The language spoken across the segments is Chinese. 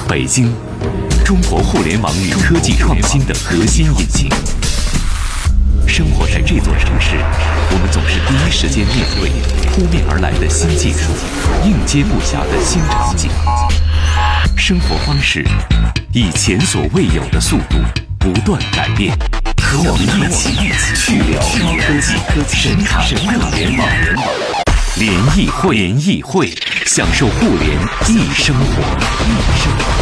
北京，中国互联网与科技创新的核心引擎。生活在这座城市，我们总是第一时间面对扑面而来的新技术，应接不暇的新场景。生活方式以前所未有的速度不断改变，和我们一起去聊高科技，神侃互联网。联谊会，享受互联易生活。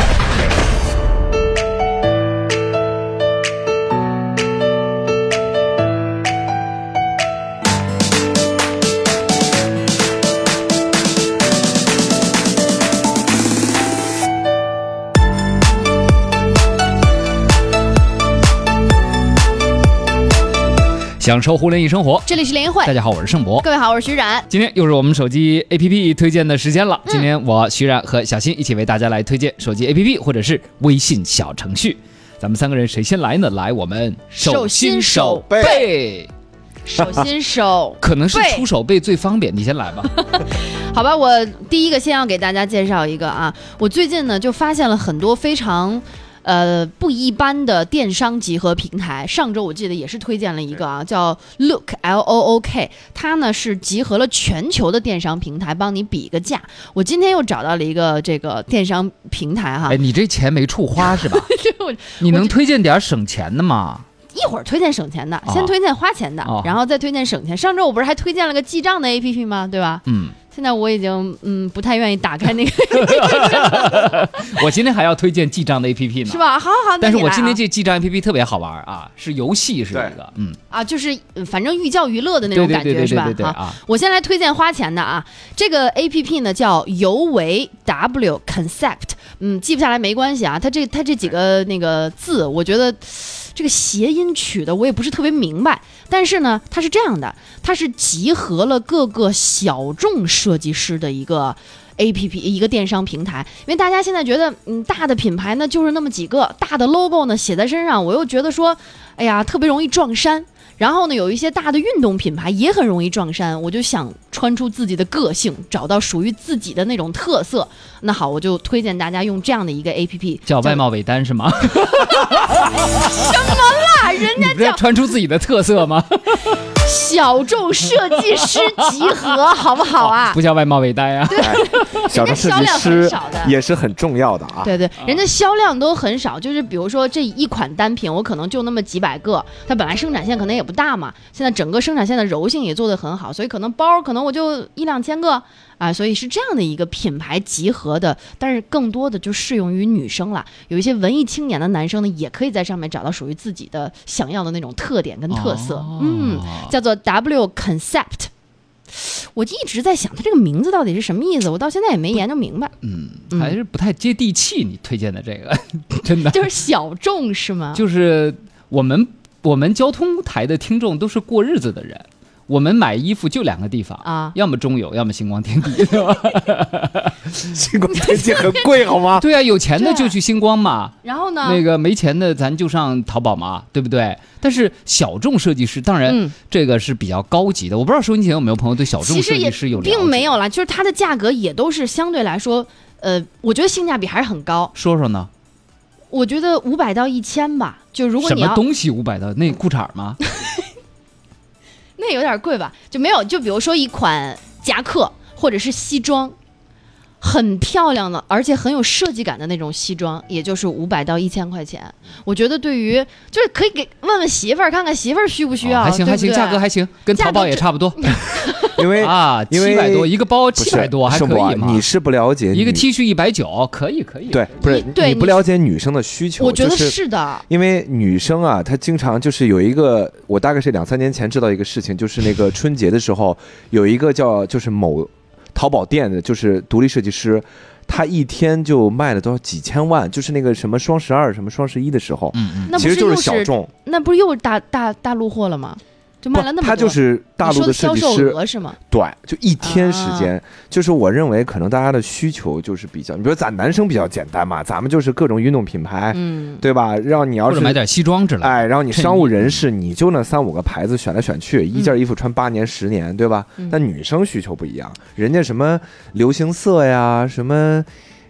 享受互联易生活， 这里是联谊会。 大家好，我是盛博。 各位好，我是徐冉。 今天又是我们手机 APP 推荐的时间了。今天我徐冉和小新一起为大家来推荐手机 APP 或者是微信小程序。咱们三个人谁先来呢？来，我们手心手背。 手心手可能是出手背最方便，你先来吧。 好吧，我第一个先要给大家介绍一个啊，我最近呢就发现了很多非常不一般的电商集合平台。上周我记得也是推荐了一个啊，叫 Look L-O-O-K， 它呢是集合了全球的电商平台，帮你比个价。我今天又找到了一个这个电商平台哈。 哎，你这钱没处花是吧？你能推荐点省钱的吗？ 一会儿推荐省钱的，先推荐花钱的，然后再推荐省钱。上周我不是还推荐了个记账的 APP 吗？对吧？现在我已经不太愿意打开那个。 我今天还要推荐记账的 APP 呢， 是吧？好， 但是我今天这记账 APP 特别好玩啊，是游戏是一个， 就是反正寓教于乐的那种感觉是吧？ 啊， 我先来推荐花钱的啊，这个 APP 呢叫尤维 W Concept， 记不下来没关系啊，它这几个那个字，我觉得这个谐音取的我也不是特别明白，但是呢，它是这样的，它是集合了各个小众设计师的一个 APP， 一个电商平台。因为大家现在觉得大的品牌呢就是那么几个，大的 logo 呢写在身上，我又觉得说哎呀特别容易撞衫。然后呢，有一些大的运动品牌也很容易撞衫，我就想穿出自己的个性，找到属于自己的那种特色。那好，我就推荐大家用这样的一个 APP， 叫外贸尾单是吗？ 什么啦？人家叫穿出自己的特色吗？ 小众设计师集合，好不好啊？ 不叫外贸尾单呀。 小众设计师也是很重要的啊。 对，人家销量都很少，就是比如说这一款单品，我可能就那么几百个，它本来生产线可能也不大嘛，现在整个生产线的柔性也做得很好，所以可能包可能我就1-2千个啊，所以是这样的一个品牌集合的，但是更多的就适用于女生了。有一些文艺青年的男生呢，也可以在上面找到属于自己的想要的那种特点跟特色。叫做 W Concept。我一直在想它这个名字到底是什么意思，我到现在也没研究明白。 还是不太接地气。你推荐的这个真的就是小众是吗？ 就是我们交通台的听众都是过日子的人，我们买衣服就2个地方啊，要么中友，要么星光天地，对吧？ 星光天地很贵好吗？ 对啊，有钱的就去星光嘛， 然后呢， 那个没钱的咱就上淘宝嘛，对不对？但是小众设计师当然这个是比较高级的，我不知道收音机前有没有朋友对小众设计师有了解？ 并没有啦，就是它的价格也都是相对来说，我觉得性价比还是很高。 说说呢？ 我觉得500到1000吧，就如果你要什么东西500到那裤衩吗？ 那有点贵吧，就没有，就比如说一款夹克或者是西装，很漂亮的，而且很有设计感的那种西装，也就是500到1000块钱。我觉得对于就是可以问问媳妇儿，看看媳妇儿需不需要。 还行，价格还行，跟淘宝也差不多。 因为 700多一个包，700多还可以吗？ 你是不了解一个 T 恤190，可以。 对，不是你不了解女生的需求。 我觉得是的， 因为女生啊，她经常就是有一个，我大概是2-3年前知道一个事情，就是那个春节的时候，有一个就是某淘宝店的，就是独立设计师。他一天就卖了多少几千万，就是那个什么双12、什么双11的时候，其实就是小众。 那不是又是大陆货了吗？就卖了那么多。 他就是大陆的设计师， 销售额是吗？ 对，就一天时间，就是我认为可能大家的需求就是比较，你比如咱男生比较简单嘛，咱们就是各种运动品牌，对吧？让你要是或者买点西装之类的， 哎，然后你商务人士，你就那3-5个牌子选来选去，一件衣服穿8年10年，对吧？但女生需求不一样，人家什么流行色呀，什么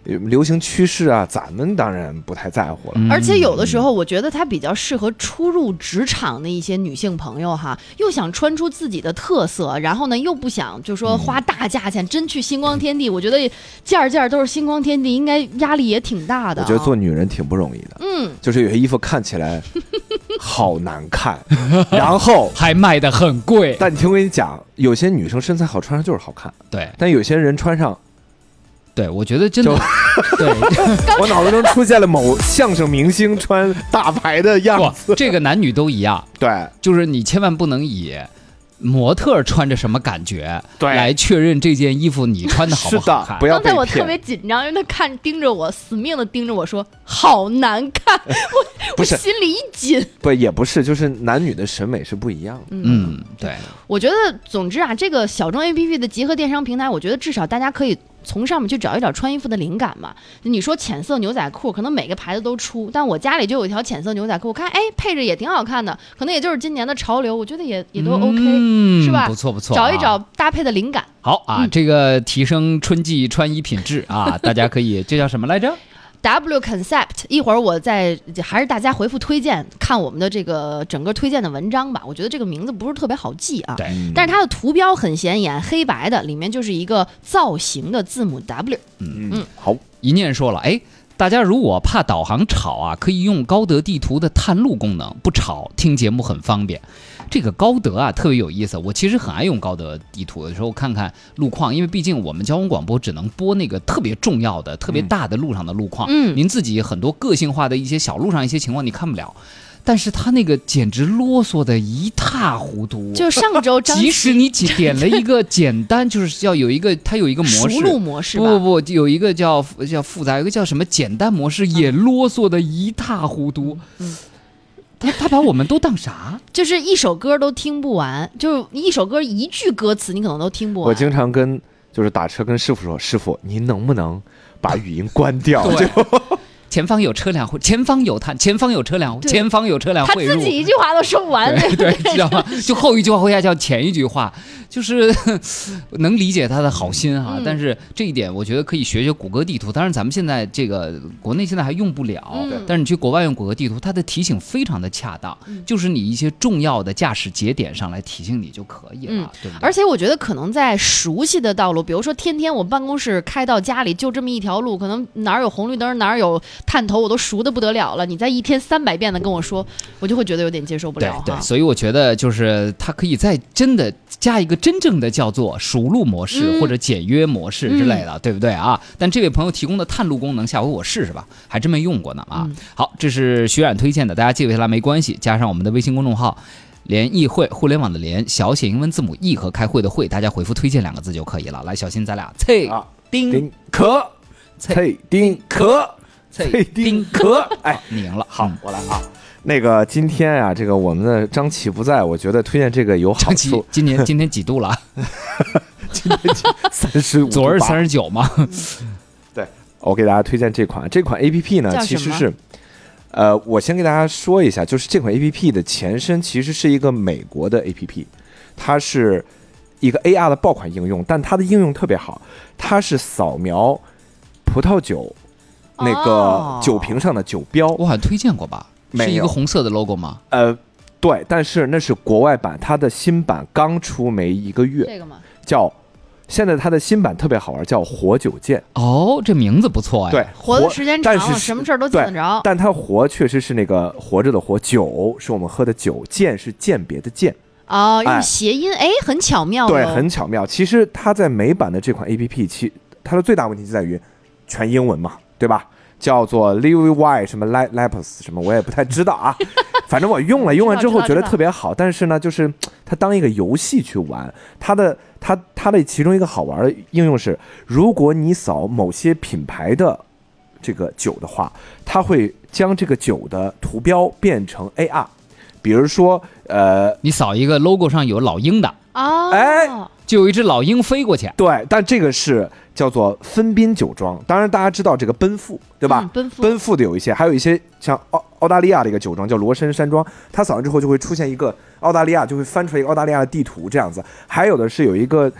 流行趋势啊，咱们当然不太在乎了。 而且有的时候，我觉得它比较适合初入职场的一些女性朋友哈，又想穿出自己的特色，然后呢又不想就说花大价钱真去星光天地。我觉得件件都是星光天地，应该压力也挺大的。 我觉得做女人挺不容易的，就是有些衣服看起来好难看，然后还卖得很贵。 但你听我跟你讲，有些女生身材好穿上就是好看， 对， 但有些人穿上。 对，我觉得真的，对， 我脑子中出现了某相声明星穿大牌的样子。 这个男女都一样， 对， 就是你千万不能以模特穿着什么感觉来确认这件衣服你穿的好不好看。 不要被骗。 刚才我特别紧张，因为他盯着我，死命的盯着我说好难看，我心里一紧。 不也不是，就是男女的审美是不一样的。 对。 我觉得，总之啊，这个小众 APP 的集合电商平台，我觉得至少大家可以从上面去找一找穿衣服的灵感嘛。你说浅色牛仔裤，可能每个牌子都出，但我家里就有一条浅色牛仔裤，我看配着也挺好看的，可能也就是今年的潮流，我觉得也都 OK，是吧？ 不错不错， 找一找搭配的灵感。 好啊，这个提升春季穿衣品质啊，大家可以，这叫什么来着 ？W Concept， 一会儿我还是大家回复推荐，看我们的这个整个推荐的文章吧。我觉得这个名字不是特别好记啊， 对， 但是它的图标很显眼，黑白的，里面就是一个造型的字母 W。 好， 一念说了，哎，大家如果怕导航吵啊，可以用高德地图的探路功能，不吵，听节目很方便。这个高德啊特别有意思，我其实很爱用高德地图的时候看看路况，因为毕竟我们交通广播只能播那个特别重要的、特别大的路上的路况，您自己很多个性化的一些小路上一些情况你看不了。但是他那个简直啰嗦的一塌糊涂， 就上周即使你点了一个简单，就是要有一个，它有一个模式， 熟路模式吧， 不，有一个叫复杂，有一个叫什么简单模式，也啰嗦的一塌糊涂。他把我们都当啥？ 就是一首歌都听不完，就一首歌一句歌词你可能都听不完。 我经常就是打车跟师傅说，师傅您能不能把语音关掉？ 对。前方有车辆会，前方有探，前方有车辆，前方有车辆汇入。 他自己一句话都说不完， 对，知道吗？就后一句话回家叫前一句话，就是能理解他的好心啊。但是这一点，我觉得可以学学谷歌地图。当然，咱们现在这个国内现在还用不了，但是你去国外用谷歌地图，它的提醒非常的恰当，就是你一些重要的驾驶节点上来提醒你就可以了，对不对？ 而且我觉得可能在熟悉的道路，比如说天天我办公室开到家里就这么一条路，可能哪儿有红绿灯，哪儿有探头我都熟的不得了了，你在一天300遍的跟我说，我就会觉得有点接受不了。 对，所以我觉得就是它可以再真的加一个真正的叫做熟路模式或者简约模式之类的，对不对啊？但这位朋友提供的探路功能，下回我试试吧，还真没用过呢啊。好，这是徐冉推荐的，大家记不下来没关系，加上我们的微信公众号联谊会，互联网的联，小写英文字母 E 和开会的会，大家回复推荐2个字就可以了。来，小新咱俩脆丁壳，脆丁壳。 脆丁壳， 哎， 你赢了。 好，我来啊。那个今天啊，这个我们的张琪不在，我觉得推荐这个有好处。 今天几度了？ 今天35度， 昨日39吗？ 对，我给大家推荐这款 APP 呢，其实是，我先给大家说一下，就是这款 APP 的前身其实是一个美国的 APP， 它是一个 AR 的爆款应用，但它的应用特别好，它是扫描葡萄酒。那个酒瓶上的酒标， 我好像推荐过吧？是一个红色的 logo 吗？ 对，但是那是国外版，它的新版刚出没1个月。 这个吗？ 现在它的新版特别好玩，叫活酒剑。 哦，这名字不错哎。 对， 活的时间长了，什么事儿都见得着。 但它活确实是那个活着的活，酒是我们喝的酒，鉴是鉴别的鉴。 用谐音，很巧妙。 对，很巧妙。其实它在美版的这款 APP，它的最大问题就在于全英文嘛。对吧？叫做 Levi 什么 Lapis 什么，我也不太知道啊。反正我用完之后觉得特别好，但是呢，就是它当一个游戏去玩。它的其中一个好玩的应用是，如果你扫某些品牌的这个酒的话，它会将这个酒的图标变成 AR。比如说， 你扫一个 logo 上有老鹰的就有一只老鹰飞过去。 对，但这个是叫做分宾酒庄。当然，大家知道这个奔富，对吧？奔富的有一些，还有一些像澳大利亚的一个酒庄叫罗森山庄，它扫完之后就会出现一个澳大利亚，就会翻出来一个澳大利亚的地图这样子。还有的是有一个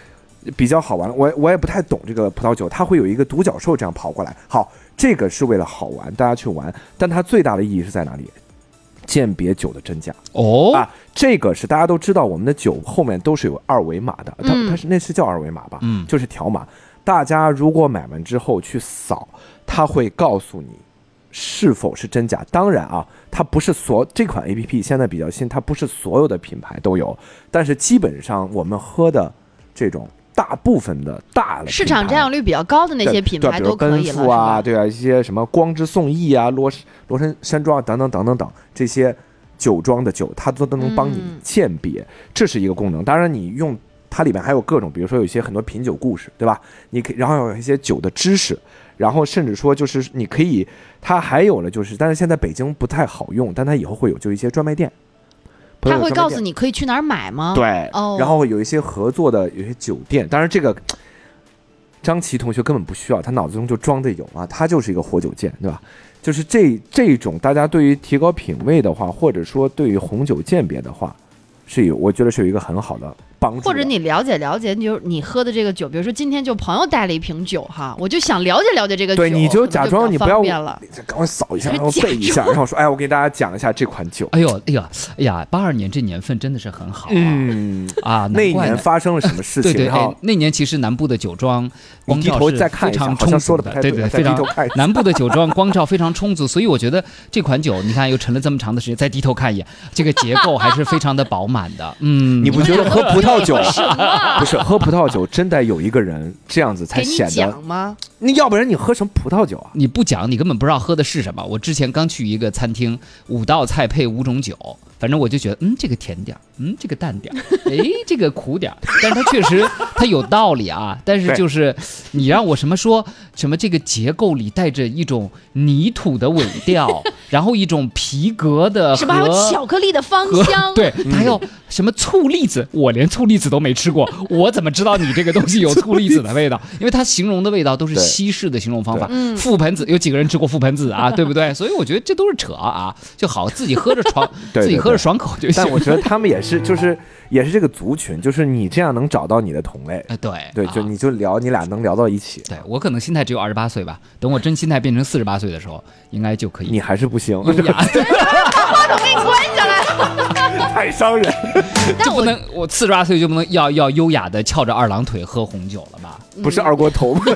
比较好玩。我也不太懂这个葡萄酒，它会有一个独角兽这样跑过来。好，这个是为了好玩，大家去玩，但它最大的意义是在哪里？鉴别酒的真假这个是大家都知道，我们的酒后面都是有2维码的，它是那是叫2维码吧？就是条码。大家如果买完之后去扫，它会告诉你是否是真假。当然啊，它不是这款 APP 现在比较新，它不是所有的品牌都有，但是基本上我们喝的这种大部分的大的市场占有率比较高的那些品牌都可以了， 奔富啊，对啊，一些什么光之颂益啊、罗森山庄等等等等等这些酒庄的酒，它都能帮你鉴别，这是一个功能。当然，你用它里面还有各种，比如说有一些很多品酒故事，对吧？你可以，然后有一些酒的知识，然后甚至说就是你可以，它还有了就是，但是现在北京不太好用，但它以后会有，就一些专卖店。 他会告诉你可以去哪儿买吗？ 对，然后有一些合作的有些酒店，当然这个张琪同学根本不需要，他脑子中就装的有啊，他就是一个活酒剑，对吧？就是这种大家对于提高品味的话，或者说对于红酒鉴别的话，我觉得是有一个很好的帮助。 或者你了解了解，就是你喝的这个酒，比如说今天就朋友带了一瓶酒哈，我就想了解了解这个酒， 对，你就假装你不要， 你赶快扫一下，然后背一下，然后说，哎，我给大家讲一下这款酒。 哎呀，82年这年份真的是很好啊！ 那一年发生了什么事情？ 对，那年其实南部的酒庄光照是非常充足的，对，非常南部的酒庄光照非常充足，所以我觉得这款酒，你看又沉了这么长的时间，再低头看一眼，这个结构还是非常的饱满的。 你不觉得喝葡萄酒不是喝葡萄酒真得有一个人这样子才显得？ 给你讲吗？ 那要不然你喝什么葡萄酒啊？ 你不讲，你根本不知道喝的是什么。我之前刚去一个餐厅，5道菜配5种酒，反正我就觉得，这个甜点，这个淡点，这个苦点，但是它确实它有道理啊。但是就是你让我说什么这个结构里带着一种泥土的尾调，然后一种皮革的， 什么还有巧克力的芳香， 对，还有什么醋栗子，我连醋栗子都没吃过，我怎么知道你这个东西有醋栗子的味道？因为它形容的味道都是西式的形容方法。覆盆子有几个人吃过覆盆子啊？对不对？所以我觉得这都是扯啊，就好自己喝着自己喝着爽口就行。 但我觉得他们也是这个族群，就是你这样能找到你的同类。对，就你就聊，你俩能聊到一起。 对，我可能心态只有28岁吧，等我真心态变成48岁的时候，应该就可以。 你还是不行， 话筒给你关下来， 太伤人。 但我48岁就不能要优雅的翘着2郎腿喝红酒了吧？ 不是二锅头吗？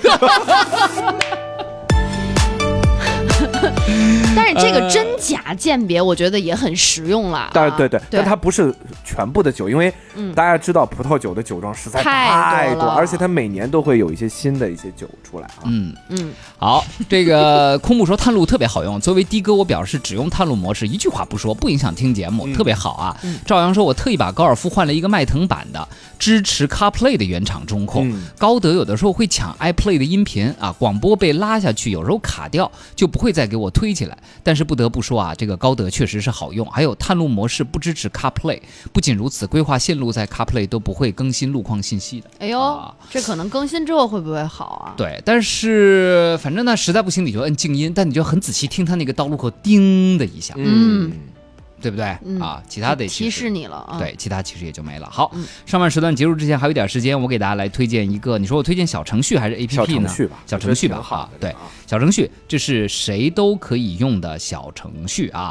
但是这个真假鉴别，我觉得也很实用了。 对，但它不是全部的酒，因为大家知道葡萄酒的酒庄实在太多，而且它每年都会有一些新的一些酒出来啊。 好，这个空木说探路特别好用，作为的哥，我表示只用探路模式，一句话不说，不影响听节目，特别好啊。赵阳说，我特意把高尔夫换了一个迈腾版的，支持 CarPlay 的原厂中控。高德有的时候会抢 iPlay 的音频啊，广播被拉下去，有时候卡掉，就不会再给我推起来。但是不得不说啊，这个高德确实是好用。还有探路模式不支持 CarPlay， 不仅如此，规划线路在 CarPlay 都不会更新路况信息的。 哎呦，这可能更新之后会不会好啊？ 对，但是反正呢，实在不行你就摁静音，但你就很仔细听它那个到路口叮的一下。对不对啊？其他的提示你了啊。 对，其他其实也就没了。好，上半时段结束之前还有一点时间，我给大家来推荐一个。你说我推荐小程序还是 APP 呢？ 小程序吧， 小程序吧。好，对，小程序，这是谁都可以用的小程序啊。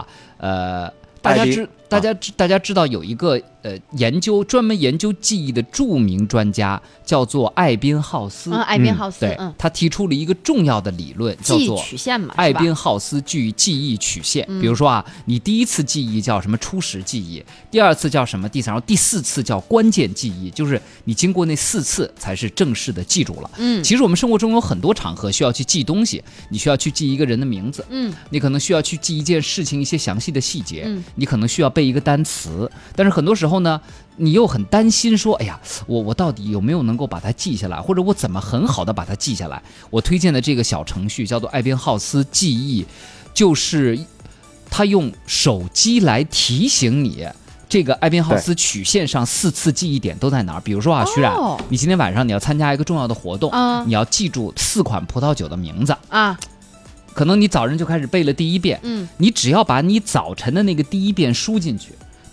大家知道有一个专门研究记忆的著名专家叫做艾宾浩斯。 艾宾浩斯， 对，他提出了一个重要的理论，叫做曲线嘛， 艾宾浩斯记忆曲线。比如说啊，你第一次记忆叫什么初始记忆，第二次叫什么第三，然后第4次叫关键记忆，就是你经过那4次才是正式的记住了。其实我们生活中有很多场合需要去记东西，你需要去记一个人的名字，你可能需要去记一件事情一些详细的细节，你可能需要背一个单词，但是很多时候呢，你又很担心说，哎呀，我到底有没有能够把它记下来，或者我怎么很好的把它记下来？我推荐的这个小程序叫做艾宾浩斯记忆，就是它用手机来提醒你这个艾宾浩斯曲线上4次记忆点都在哪儿。比如说啊，徐冉，你今天晚上你要参加一个重要的活动，你要记住4款葡萄酒的名字啊。可能你早晨就开始背了第1遍，你只要把你早晨的那个第1遍输进去，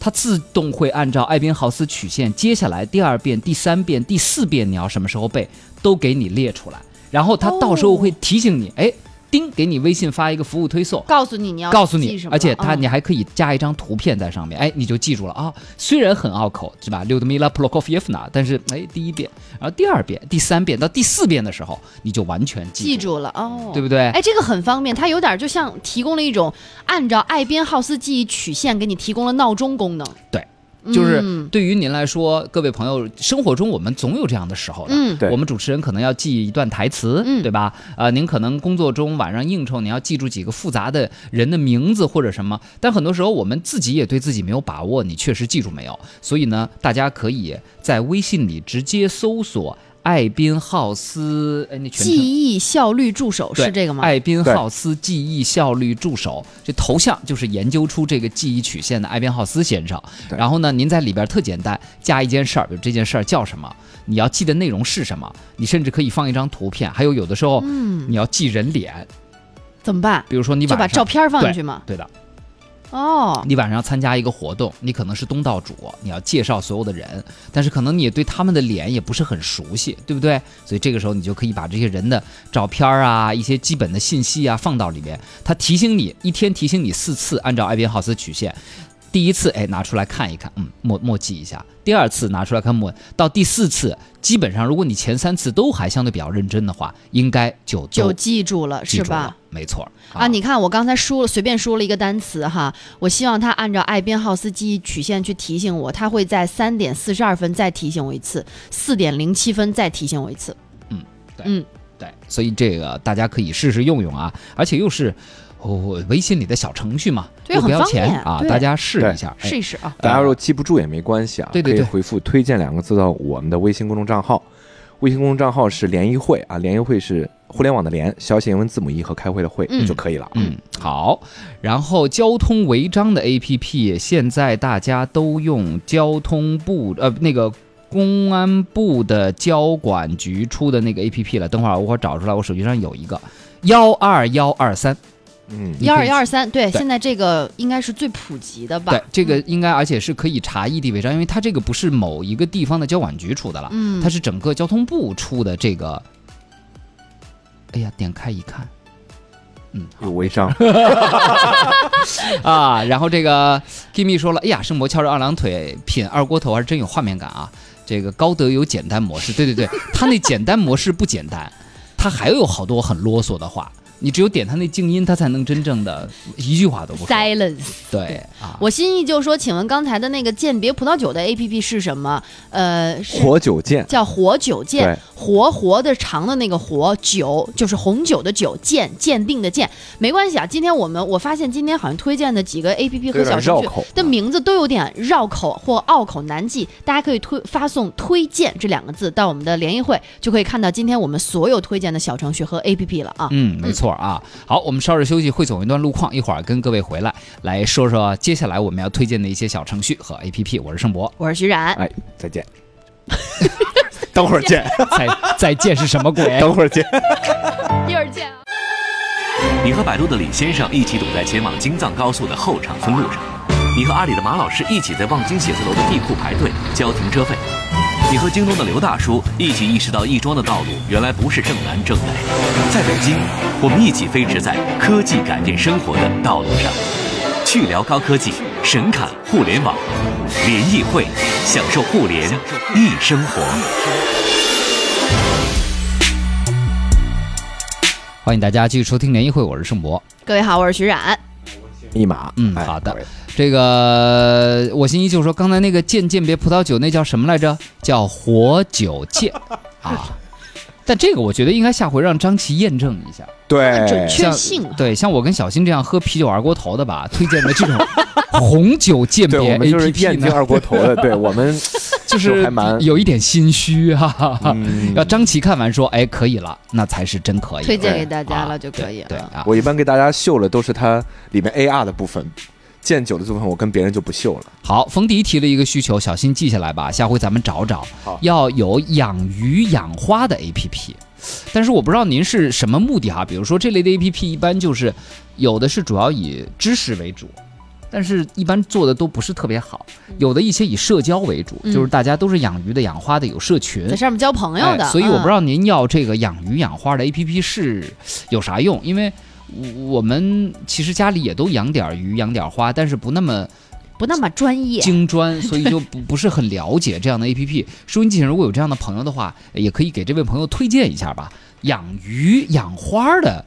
它自动会按照艾宾浩斯曲线，接下来第2遍、第3遍、第4遍你要什么时候背，都给你列出来，然后它到时候会提醒你，叮，给你微信发一个服务推送， 告诉你你要告诉你， 记什么， 而且你还可以加一张图片在上面，你就记住了啊。虽然很拗口，是吧？Lyudmila Prokofyevna，但是第1遍，然后第2遍、第3遍到第4遍的时候，你就完全记住了哦， 对不对？ 这个很方便，它有点就像提供了一种按照艾宾浩斯记忆曲线给你提供了闹钟功能。 对。就是对于您来说，各位朋友，生活中我们总有这样的时候的。我们主持人可能要记一段台词，对吧？您可能工作中晚上应酬，你要记住几个复杂的人的名字或者什么，但很多时候我们自己也对自己没有把握，你确实记住没有？所以呢，大家可以在微信里直接搜索艾宾浩斯记忆效率助手，是这个吗？ 艾宾浩斯记忆效率助手，这头像就是研究出这个记忆曲线的艾宾浩斯先生。然后呢，您在里边特简单，加一件事儿，比如这件事儿叫什么，你要记的内容是什么，你甚至可以放一张图片。还有的时候，你要记人脸， 怎么办？ 比如说你晚上就把照片放进去吗？ 对的。 你晚上参加一个活动，你可能是东道主，你要介绍所有的人，但是可能你也对他们的脸也不是很熟悉，对不对？所以这个时候你就可以把这些人的照片啊，一些基本的信息啊放到里面，他提醒你一天提醒你4次，按照艾宾浩斯曲线。第1次拿出来看一看，默记一下。第2次拿出来看到第4次，基本上如果你前3次都还相对比较认真的话，应该就记住了，是吧？ 没错你看我刚才随便输了一个单词哈，我希望他按照艾宾浩斯记忆曲线去提醒我，他会在3点42分再提醒我一次，4点07分再提醒我一次。 对，所以这个大家可以试试用用啊，而且又是。微信里的小程序嘛，又不要钱啊，大家试一下， 试一试啊。 大家如果记不住也没关系啊， 对， 可以回复推荐2个字到我们的微信公众账号，微信公众账号是联谊会啊，联谊会是互联网的联，小写英文字母 E 和开会的会就可以了。 好。然后交通违章的 APP， 现在大家都用交通部公安部的交管局出的那个 APP 了。等会儿我找出来，我手机上有一个12123。 12123，对，现在这个应该是最普及的吧？ 对，这个应该而且是可以查异地违章，因为它这个不是某一个地方的交管局出的了，它是整个交通部出的这个。点开一看， 有违章然后这个 Kimi 说了，圣博翘着2郎腿品二锅头还是真有画面感啊！这个高德有简单模式，对，他那简单模式不简单，他还有好多很啰嗦的话。你只有点他那静音，他才能真正的一句话都不说。 Silence。 对我心意就说，请问刚才的那个鉴别葡萄酒的 APP 是什么？ 活酒鉴， 叫活酒鉴。活的长的那个活，酒就是红酒的酒，鉴定的鉴。没关系啊，今天我发现今天好像推荐的几个 APP 和小程序的名字都有点绕口或拗口难记，大家可以发送推荐这2个字到我们的联谊会，就可以看到今天我们所有推荐的小程序和 APP 了啊。 没错。好，我们稍事休息，会走一段路况，一会儿跟各位回来说说接下来我们要推荐的一些小程序和 APP。我是盛博， 我是徐冉， 再见。等会儿见。 再见是什么鬼？ 等会儿见。 一会儿见啊！ 你和摆渡的李先生一起堵在前往京藏高速的后长村路上，你和阿里的马老师一起在望京写字楼的地库排队交停车费。你和京东的刘大叔一起意识到亦庄的道路原来不是正南正北，在北京，我们一起飞驰在科技改变生活的道路上，去聊高科技，神侃互联网，联谊会，享受互联易生活。 欢迎大家继续收听联谊会，我是盛博。 各位好，我是徐冉。 一码， 好的。这个我心意就是说，刚才那个鉴别葡萄酒那叫什么来着？叫活酒鉴但这个我觉得应该下回让张琪验证一下， 对， 准确性。 对，像我跟小新这样喝啤酒二锅头的吧，推荐的这种红酒鉴别 APP 呢， 我们就是验证二锅头的，对我们就是还蛮有一点心虚要张琪看完说，可以了，那才是真可以， 推荐给大家了就可以了。 对我一般给大家秀了都是它里面 AR 的部分。鉴酒的部分我跟别人就不秀了。 好，冯迪提了一个需求，小心记下来吧，下回咱们找要有养鱼养花的 APP。但是我不知道您是什么目的比如说这类的 APP 一般就是有的是主要以知识为主， 但是一般做的都不是特别好，有的一些以社交为主，就是大家都是养鱼的、养花的，有社群， 在上面交朋友的。 所以我不知道您要这个养鱼养花的 APP 是有啥用，因为我们其实家里也都养点鱼、养点花，但是不那么专业精专，所以就不是很了解这样的 APP。收音机前如果有这样的朋友的话，也可以给这位朋友推荐一下吧，养鱼养花的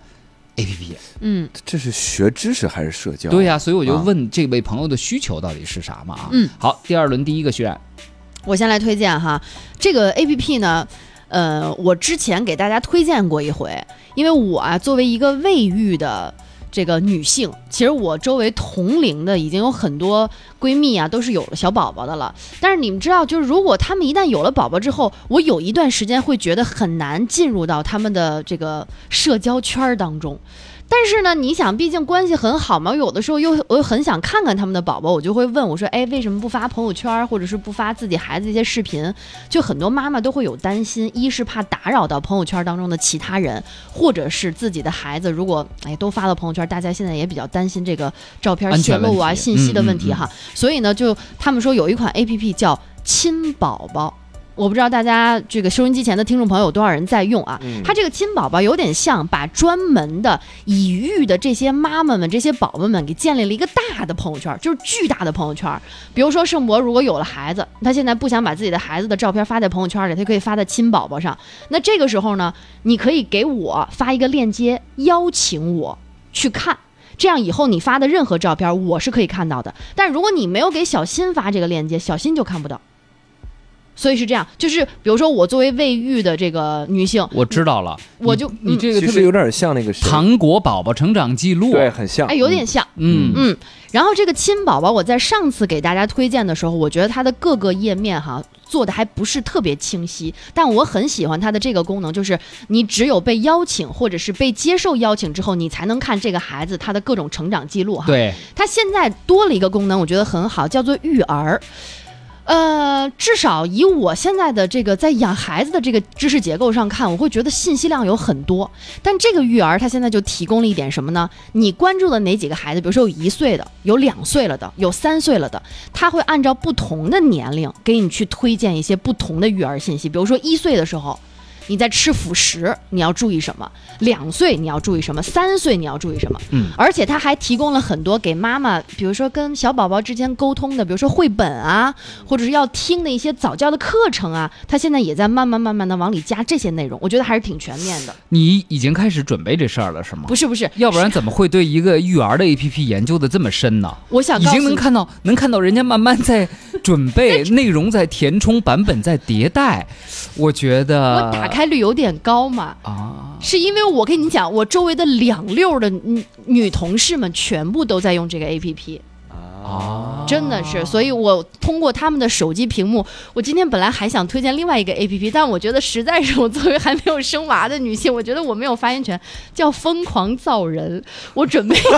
APP。 这是学知识还是社交？ 对呀，所以我就问这位朋友的需求到底是啥嘛？好，第二轮第一个徐冉， 我先来推荐哈，这个 APP 呢。我之前给大家推荐过一回，因为我作为一个未育的这个女性，其实我周围同龄的已经有很多闺蜜都是有了小宝宝的了。但是你们知道，就是如果他们一旦有了宝宝之后，我有一段时间会觉得很难进入到他们的这个社交圈当中。但是呢，你想，毕竟关系很好嘛，有的时候我又很想看看他们的宝宝，我就会问我说，为什么不发朋友圈，或者是不发自己孩子一些视频？就很多妈妈都会有担心，一是怕打扰到朋友圈当中的其他人，或者是自己的孩子，如果都发到朋友圈，大家现在也比较担心这个照片泄露信息的问题哈。所以呢，就他们说有一款 APP 叫亲宝宝。我不知道大家这个收音机前的听众朋友有多少人在用啊？它这个亲宝宝有点像把专门的已育的这些妈妈们、这些宝宝们给建立了一个大的朋友圈，就是巨大的朋友圈。比如说盛博如果有了孩子，他现在不想把自己的孩子的照片发在朋友圈里，他可以发在亲宝宝上。那这个时候呢，你可以给我发一个链接，邀请我去看。这样以后你发的任何照片我是可以看到的。但如果你没有给小新发这个链接，小新就看不到。所以是这样，就是比如说我作为未育的这个女性， 我知道了， 我就你这个其实有点像那个糖果宝宝成长记录， 对，很像， 有点像，然后这个亲宝宝，我在上次给大家推荐的时候，我觉得它的各个页面做的还不是特别清晰，但我很喜欢它的这个功能，就是你只有被邀请或者是被接受邀请之后，你才能看这个孩子他的各种成长记录哈。 对， 它现在多了一个功能，我觉得很好，叫做育儿。至少以我现在的这个在养孩子的这个知识结构上看，我会觉得信息量有很多。但这个育儿它现在就提供了一点什么呢？你关注的哪几个孩子，比如说有1岁的，有2岁了的，有3岁了的，他会按照不同的年龄给你去推荐一些不同的育儿信息。比如说1岁的时候，你在吃辅食，你要注意什么？2岁你要注意什么？3岁你要注意什么？而且他还提供了很多给妈妈，比如说跟小宝宝之间沟通的，比如说绘本啊，或者是要听的一些早教的课程啊，他现在也在慢慢的往里加这些内容，我觉得还是挺全面的。 你已经开始准备这事儿了是吗？ 不是， 要不然怎么会对一个育儿的 APP 研究的这么深呢？ 我想已经能看到人家慢慢在准备内容，在填充，版本在迭代。我觉得我打开率有点高嘛，是因为我跟你讲，我周围的2溜的女同事们全部都在用这个 APP。真的是，所以我通过他们的手机屏幕，我今天本来还想推荐另外一个 APP， 但我觉得实在是我作为还没有生娃的女性，我觉得我没有发言权，叫疯狂造人。我准备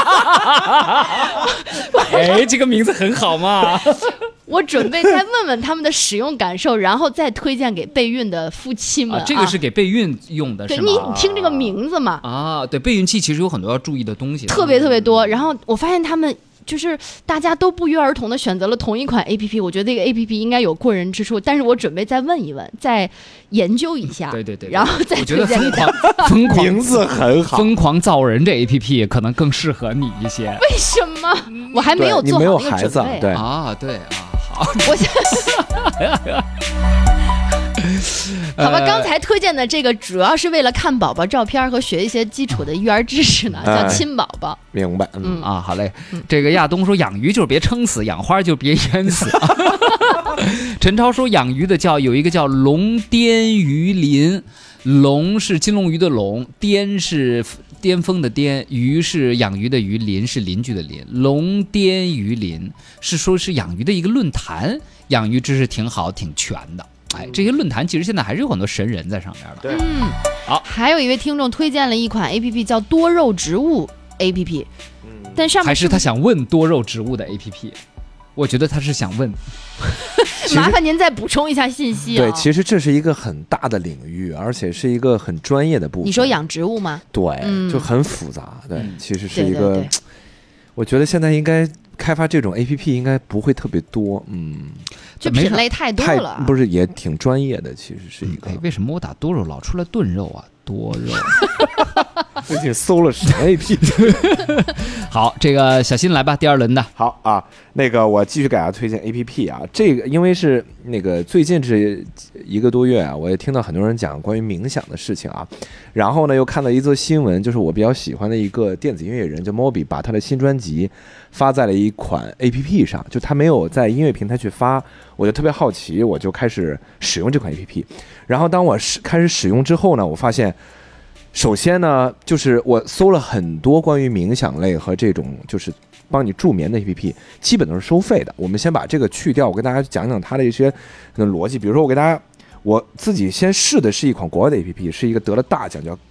这个名字很好嘛。 我准备再问问他们的使用感受，然后再推荐给备孕的夫妻们。 这个是给备孕用的，是吗？ 对，你听这个名字嘛。 对，备孕期其实有很多要注意的东西， 特别多。然后我发现他们就是大家都不约而同的选择了同一款 APP， 我觉得这个 APP 应该有过人之处，但是我准备再问一问，再研究一下。 对， 然后再推荐。 我觉得疯狂名字很好， 疯狂造人这 APP 可能更适合你一些。 为什么？我还没有做好那个准备。 对好， 我想好吧，刚才推荐的这个主要是为了看宝宝照片和学一些基础的育儿知识呢，叫亲宝宝。 明白。 好嘞。这个亚东说养鱼就是别撑死，养花就别淹死。陈超说养鱼的有一个叫龙颠鱼鳞，龙是金龙鱼的龙，颠是巅峰的巅，鱼是养鱼的鱼，鳞是邻居的邻。龙颠鱼鳞是说是养鱼的一个论坛，养鱼知识挺好挺全的。这些论坛其实现在还是有很多神人在上面的。 对， 好， 还有一位听众推荐了一款 APP 叫多肉植物 APP，但上面还是他想问多肉植物的 APP， 我觉得他是想问。 麻烦您再补充一下信息。 对，其实这是一个很大的领域，而且是一个很专业的部分。 你说养植物吗？ 对，就很复杂。对，其实是一个。我觉得现在应该开发这种 APP 应该不会特别多， 就品类太多了， 不是也挺专业的，其实是一个。 为什么我打多肉老出来炖肉啊？多肉。 最近搜了什么 APP？ 好，这个小新来吧，第2轮的。 好啊，那个我继续给大家推荐 APP 啊，这个因为是那个最近这1个多月啊，我也听到很多人讲关于冥想的事情啊，然后呢又看到一则新闻，就是我比较喜欢的一个电子音乐人叫 Moby， 把他的新专辑发在了一款 APP 上，就他没有在音乐平台去发，我就特别好奇，我就开始使用这款 APP， 然后当我开始使用之后呢，我发现。首先呢，就是我搜了很多关于冥想类和这种就是帮你助眠的 APP， 基本都是收费的。我们先把这个去掉，我跟大家讲讲它的一些逻辑。比如说，我自己先试的是一款国外的 APP， 是一个得了大奖叫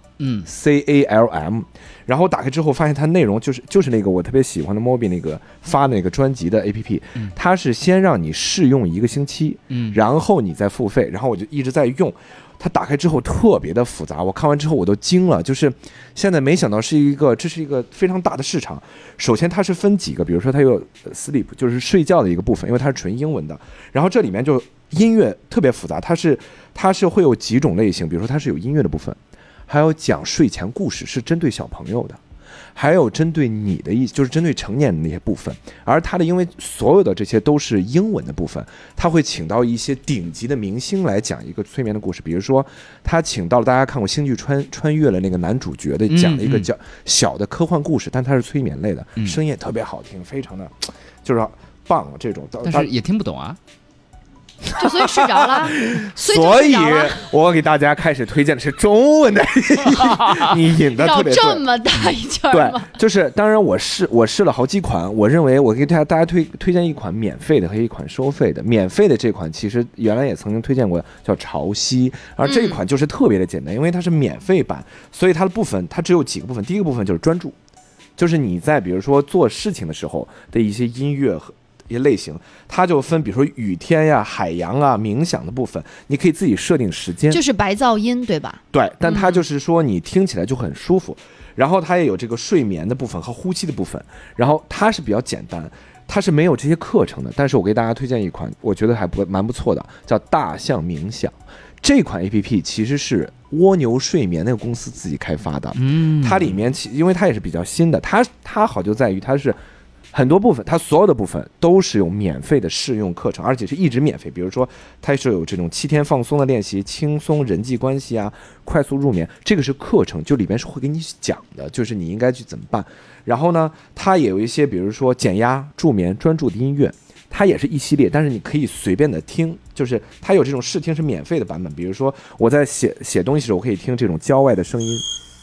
Calm，CALM。然后打开之后发现它内容就是那个我特别喜欢的 Moby 那个发的那个专辑的 APP，它是先让你试用1个星期，然后你再付费，然后我就一直在用。它打开之后特别的复杂，我看完之后我都惊了，就是现在没想到这是一个非常大的市场。首先它是分几个，比如说它有 sleep， 就是睡觉的一个部分，因为它是纯英文的。然后这里面就音乐特别复杂，它是会有几种类型，比如说它是有音乐的部分，还有讲睡前故事，是针对小朋友的。还有针对你的就是针对成年人的那些部分，而它的因为所有的这些都是英文的部分，他会请到一些顶级的明星来讲一个催眠的故事，比如说他请到了大家看过《星际穿越》了那个男主角的，讲了一个叫小的科幻故事，但它是催眠类的，声音也特别好听，非常的就是棒这种， 但是也听不懂啊。 就所以睡着了， 所以我给大家开始推荐的是中文的，你引的特别绕这么大一圈吗？ 对，就是当然我试了好几款，我认为我给大家推荐一款免费的和一款收费的。免费的这款其实原来也曾经推荐过，叫潮汐，而这一款就是特别的简单，因为它是免费版，所以它的部分它只有几个部分。第一个部分就是专注，就是你在比如说做事情的时候的一些音乐和一些类型，它就分比如说雨天呀、海洋啊、冥想的部分，你可以自己设定时间， 就是白噪音对吧？ 对，但它就是说你听起来就很舒服。然后它也有这个睡眠的部分和呼吸的部分，然后它是比较简单，它是没有这些课程的。但是我给大家推荐一款我觉得还蛮不错的，叫大象冥想。这款 APP 其实是蜗牛睡眠那个公司自己开发的，它里面因为它也是比较新的，它好就在于它是很多部分，它所有的部分都是有免费的试用课程，而且是一直免费。比如说它是有这种7天放松的练习，轻松人际关系啊，快速入眠，这个是课程，就里面是会给你讲的，就是你应该去怎么办。然后呢，它也有一些比如说减压、助眠、专注的音乐，它也是一系列，但是你可以随便的听，就是它有这种试听是免费的版本。比如说我在写东西的时候，我可以听这种郊外的声音。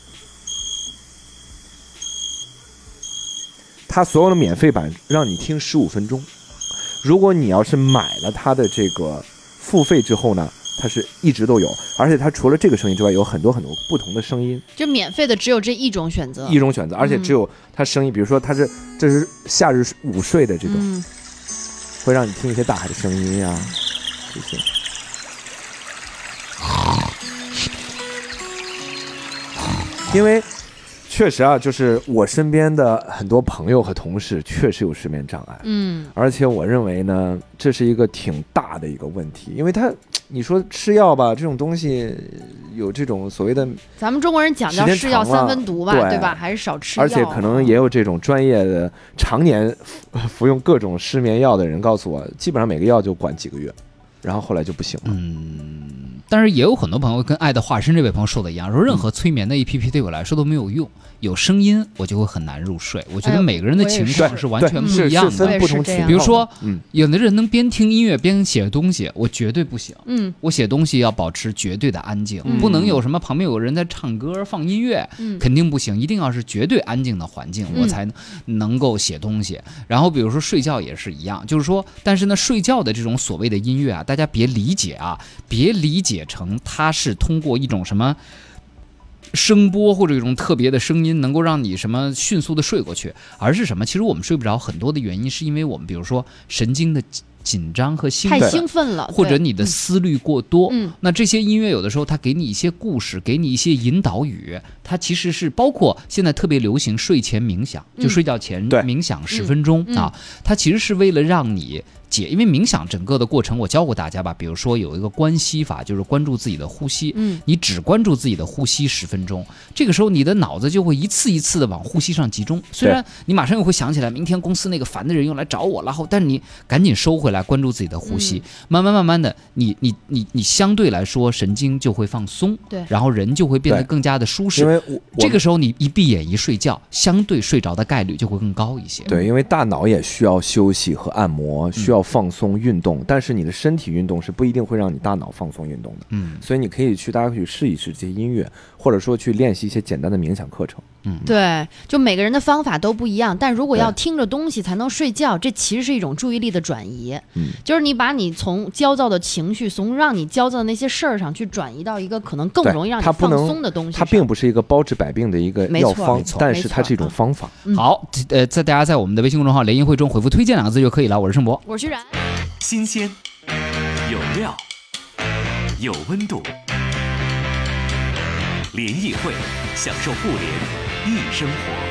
它所有的免费版让你听15分钟，如果你要是买了它的这个付费之后呢，它是一直都有，而且它除了这个声音之外，有很多很多不同的声音。 就免费的只有这一种选择， 而且只有它声音，比如说这是夏日午睡的这种，会让你听一些大海的声音啊，这些。因为确实啊，就是我身边的很多朋友和同事确实有睡眠障碍，而且我认为呢，这是一个挺大的一个问题，因为你说吃药吧，这种东西有这种所谓的， 咱们中国人讲究是药3分毒吧，对吧？还是少吃药， 而且可能也有这种专业的常年服用各种失眠药的人告诉我，基本上每个药就管几个月，然后后来就不行了。 但是也有很多朋友跟爱的化身这位朋友说的一样，说任何催眠的 APP 对我来说都没有用，有声音我就会很难入睡。我觉得每个人的情况是完全不一样的， 是分不同情况。 比如说，有的人能边听音乐边写东西，我绝对不行。我写东西要保持绝对的安静，不能有什么旁边有人在唱歌放音乐，肯定不行，一定要是绝对安静的环境，我才能够写东西。然后比如说睡觉也是一样，就是说，但是呢，睡觉的这种所谓的音乐啊，大家别理解成它是通过一种什么声波或者一种特别的声音能够让你什么迅速的睡过去，而是什么？其实我们睡不着很多的原因是因为我们比如说神经的紧张和兴太奋， 兴奋了， 或者你的思虑过多。那这些音乐有的时候它给你一些故事，给你一些引导语，它其实是包括现在特别流行睡前冥想，就睡觉前冥想10分钟啊，它其实是为了让你因为冥想整个的过程我教过大家吧，比如说有一个关息法，就是关注自己的呼吸，你只关注自己的呼吸10分钟，这个时候你的脑子就会一次一次的往呼吸上集中，虽然你马上又会想起来明天公司那个烦的人又来找我了，但是你赶紧收回来，关注自己的呼吸，慢慢的你相对来说神经就会放松， 对， 然后人就会变得更加的舒适， 因为这个时候你一闭眼一睡觉，相对睡着的概率就会更高一些。 对，因为大脑也需要休息和按摩，需要放松运动，但是你的身体运动是不一定会让你大脑放松运动的。所以你可以大家可以试一试这些音乐，或者说去练习一些简单的冥想课程。 对，就每个人的方法都不一样，但如果要听着东西才能睡觉，这其实是一种注意力的转移。就是你把你从焦躁的情绪，从让你焦躁的那些事儿上去转移到一个可能更容易让你放松的东西上。 它并不是一个包治百病的一个药方，但是它是一种方法。 好，大家在我们的微信公众号联谊会中回复推荐2个字就可以了。我是盛博， 我是徐冉。 新鲜，有料，有温度。联谊会，享受互联易生活。